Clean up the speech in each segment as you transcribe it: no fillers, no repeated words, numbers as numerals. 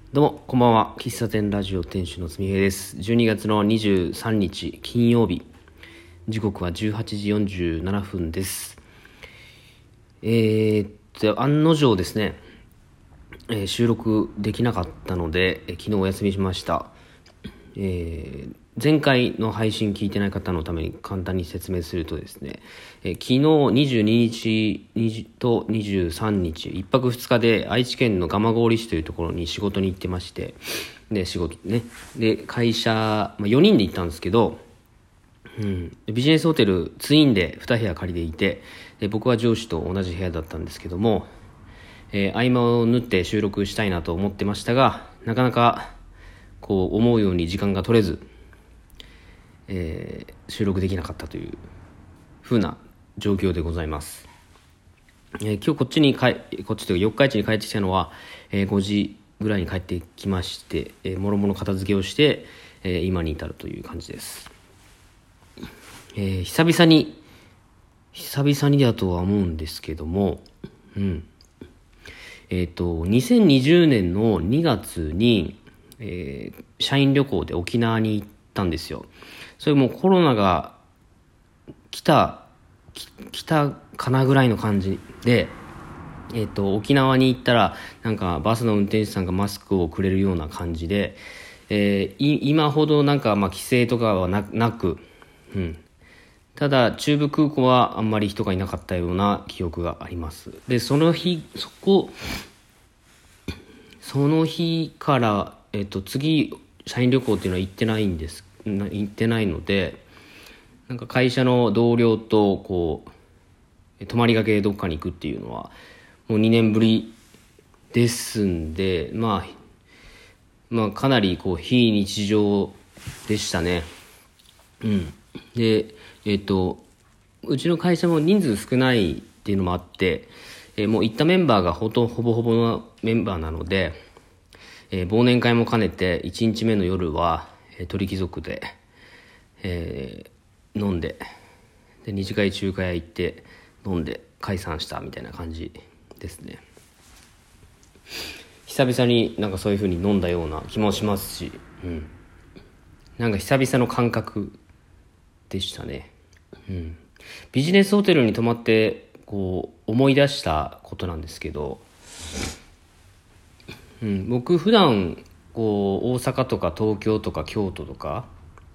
どうもこんばんは。喫茶店ラジオ店主のすみへいです。12月の23日金曜日、時刻は18時47分です。案の定ですね、収録できなかったので、昨日お休みしました。前回の配信聞いてない方のために簡単に説明するとですね、昨日22日と23日1泊2日で愛知県の蒲郡市というところに仕事に行ってまして、で仕事ねで会社、4人で行ったんですけど、ビジネスホテルツインで2部屋借りていて、で僕は上司と同じ部屋だったんですけども、合間を縫って収録したいなと思ってましたが、なかなかこう思うように時間が取れず、収録できなかったという風な状況でございます。今日こっちというか四日市に帰ってきたのは、5時ぐらいに帰ってきまして、もろもろ片付けをして、今に至るという感じです。久々にだとは思うんですけども、2020年の2月に、社員旅行で沖縄に行ったんですよ。それもコロナが来たかなぐらいの感じで、沖縄に行ったらなんかバスの運転手さんがマスクをくれるような感じで、今ほどなんか規制とかはなく、ただ中部空港はあんまり人がいなかったような記憶があります。でその日から、次社員旅行っていうのは行ってないので、なんか会社の同僚とこう泊まりがけでどっかに行くっていうのはもう2年ぶりですんで、かなりこう非日常でしたね。でうちの会社も人数少ないっていうのもあって、もう行ったメンバーがほぼほぼのメンバーなので、忘年会も兼ねて1日目の夜は、鳥貴族で、飲んで、二次会中華屋行って飲んで解散したみたいな感じですね。久々になんかそういう風に飲んだような気もしますし、なんか久々の感覚でしたね。ビジネスホテルに泊まってこう思い出したことなんですけど、僕普段こう大阪とか東京とか京都とか、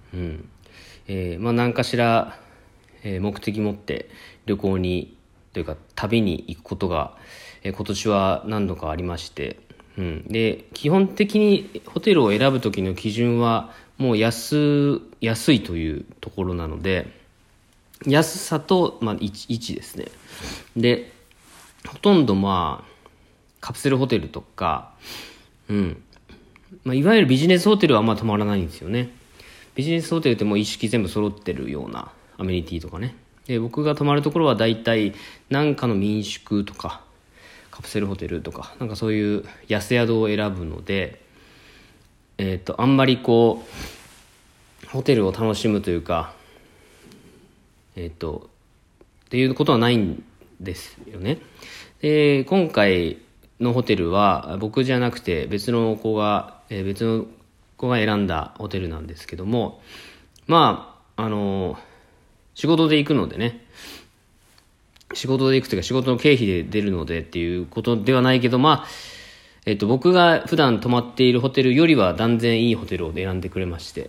何かしら、目的持って旅行にというか旅に行くことが、今年は何度かありまして、で基本的にホテルを選ぶ時の基準はもう安いというところなので、安さと、位置ですね。でほとんどカプセルホテルとか、いわゆるビジネスホテルはあんま泊まらないんですよね。ビジネスホテルってもう一式全部揃ってるようなアメニティとかね。で僕が泊まるところは大体なんかの民宿とかカプセルホテルとかなんかそういう安宿を選ぶので、あんまりこうホテルを楽しむというかっていうことはないんですよね。で今回のホテルは僕じゃなくて別の子が選んだホテルなんですけども、仕事で行くのでね、仕事で行くというか仕事の経費で出るのでっていうことではないけど、僕が普段泊まっているホテルよりは断然いいホテルを選んでくれまして、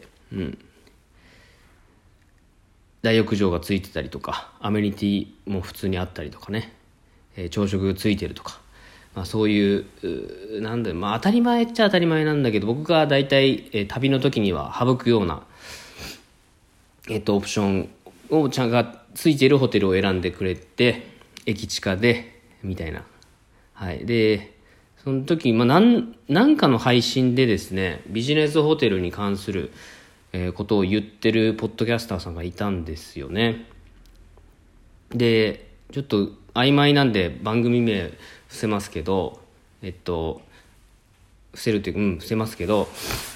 大浴場がついてたりとか、アメニティも普通にあったりとかね、朝食がついてるとか、そういう当たり前っちゃ当たり前なんだけど、僕が大体、旅の時には省くような、オプションをちゃんがついているホテルを選んでくれて、駅近でみたいな。でその時、なんかの配信でですね、ビジネスホテルに関する、ことを言ってるポッドキャスターさんがいたんですよね。でちょっと曖昧なんで番組名伏せますけど、伏せますけど、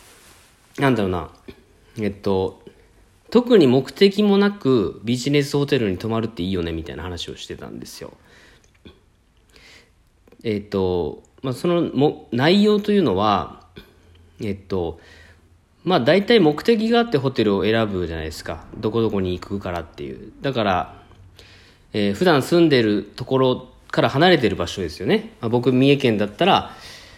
特に目的もなくビジネスホテルに泊まるっていいよねみたいな話をしてたんですよ。その内容というのは、 大体目的があってホテルを選ぶじゃないですか。どこどこに行くからっていう。だから、普段住んでるところから離れてる場所ですよね。僕、三重県だったら、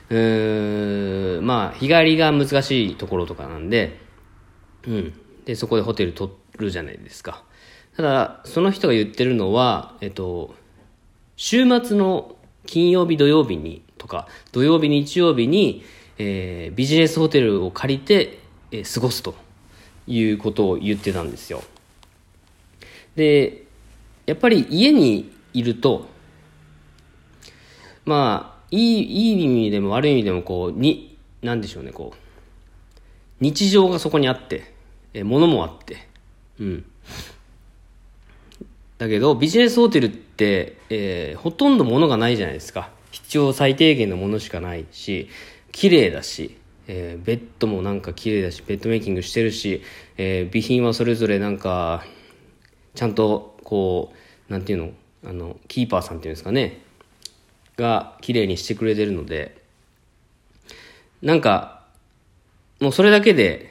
日帰りが難しいところとかなんで、で、そこでホテル取るじゃないですか。ただ、その人が言ってるのは、週末の金曜日、土曜日にとか、土曜日、日曜日に、ビジネスホテルを借りて、過ごすということを言ってたんですよ。で、やっぱり家にいると、いい意味でも悪い意味でもなんでしょうね、日常がそこにあって、物もあって、だけど、ビジネスホテルって、ほとんど物がないじゃないですか。必要最低限のものしかないし、綺麗だし、ベッドもなんか綺麗だし、ベッドメイキングしてるし、備品はそれぞれなんか、ちゃんと、なんていうの、キーパーさんっていうんですかね、が綺麗にしてくれてるので、なんか、もうそれだけで、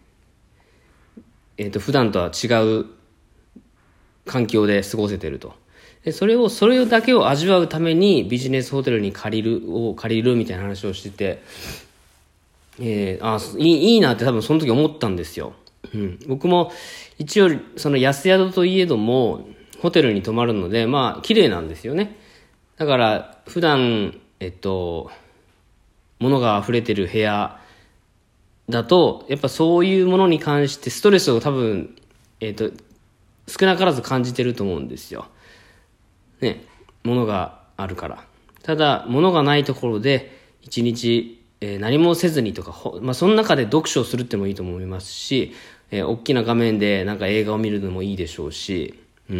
普段とは違う環境で過ごせてると。で、それだけを味わうためにビジネスホテルに借りるみたいな話をしてて、いいなって多分その時思ったんですよ。僕も一応その安宿といえどもホテルに泊まるので綺麗なんですよね。だから普段物が溢れてる部屋だとやっぱそういうものに関してストレスを多分少なからず感じてると思うんですよ。ね、物があるから。ただ物がないところで一日何もせずにとか、その中で読書をするってもいいと思いますし、大きな画面でなんか映画を見るのもいいでしょうし、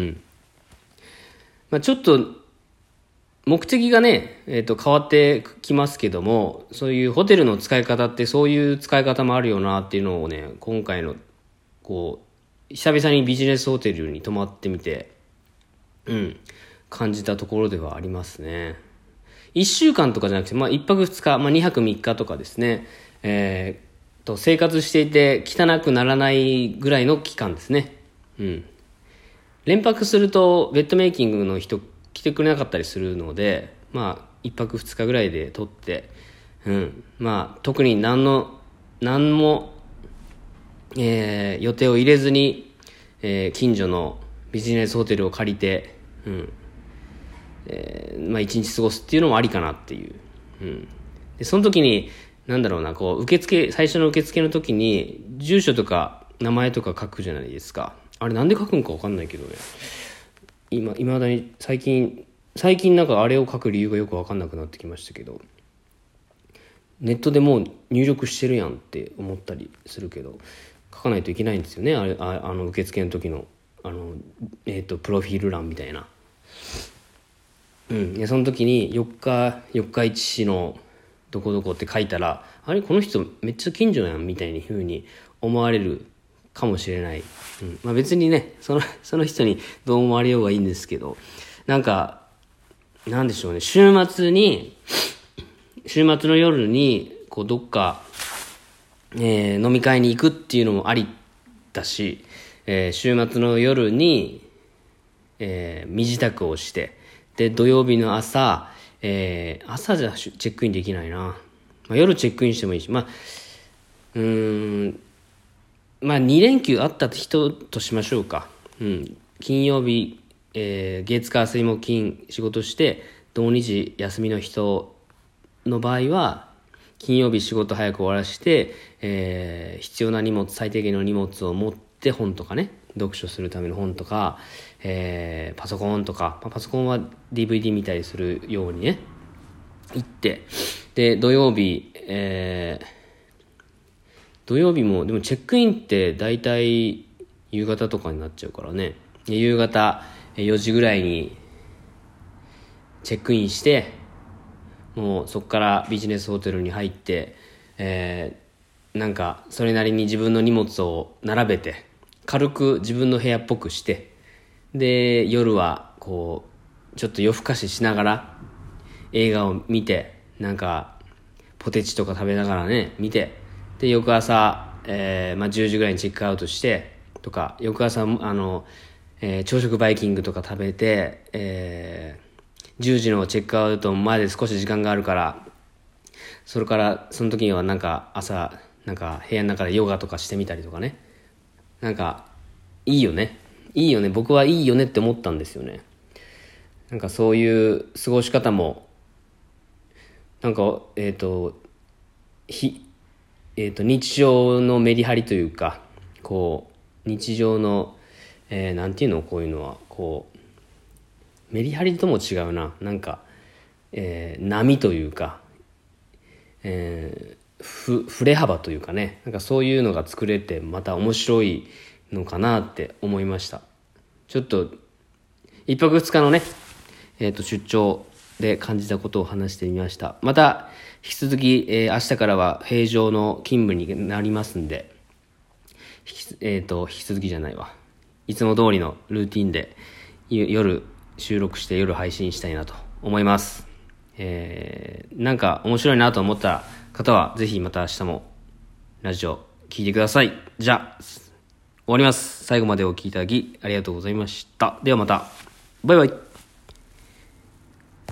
ちょっと目的がね、変わってきますけども、そういうホテルの使い方ってそういう使い方もあるよなっていうのをね、今回の久々にビジネスホテルに泊まってみて、感じたところではありますね。1週間とかじゃなくて、1泊2日、2泊3日とかですね、生活していて汚くならないぐらいの期間ですね。連泊するとベッドメイキングの人来てくれなかったりするので、1泊2日ぐらいで取って、特に何も、予定を入れずに、近所のビジネスホテルを借りて、一日過ごすっていうのもありかなっていう。で、その時に、最初の受付の時に、住所とか名前とか書くじゃないですか。あれなんで書くんかわかんないけどね。未だに最近なんかあれを書く理由がよくわかんなくなってきましたけど、ネットでもう入力してるやんって思ったりするけど、書かないといけないんですよね。受付の時の、プロフィール欄みたいな。その時に四日市のどこどこって書いたら、あれこの人めっちゃ近所やんみたいに風に思われるかもしれない。別にね、その人にどう思われようがいいんですけど、なんでしょうね、週末の夜にどっか、飲み会に行くっていうのもありだし、週末の夜に、身支度をして、で、土曜日の朝じゃチェックインできないな。夜チェックインしてもいいし、2連休あった人としましょうか。金曜日、月火水木金仕事して、土日休みの人の場合は、金曜日仕事早く終わらして、必要な最低限の荷物を持って本とかね、読書するための本とか、パソコンとか、パソコンは DVD 見たりするようにね、行って、で、土曜日も、でもチェックインって大体夕方とかになっちゃうからね、夕方4時ぐらいにチェックインして、もうそこからビジネスホテルに入って、それなりに自分の荷物を並べて、軽く自分の部屋っぽくして、で、夜はちょっと夜更かししながら映画を見て、ポテチとか食べながらね、見て、 で翌朝、10時ぐらいにチェックアウトしてとか、翌朝朝食バイキングとか食べて、10時のチェックアウトまで少し時間があるから、その時には朝部屋の中でヨガとかしてみたりとかね。いいよね僕はいいよねって思ったんですよね。そういう過ごし方も日常のメリハリというか、日常の、なんていうの、こういうのはメリハリとも違うな、波というか、振れ幅というかね、そういうのが作れてまた面白いのかなって思いました。ちょっと一泊二日のね、出張で感じたことを話してみました。また引き続き、明日からは平常の勤務になりますんで、引き続きじゃないわ、いつも通りのルーティンで夜収録して夜配信したいなと思います。面白いなと思った方はぜひまた明日もラジオ聞いてください。じゃあ終わります。最後までお聞きいただきありがとうございました。ではまた。バイバイ。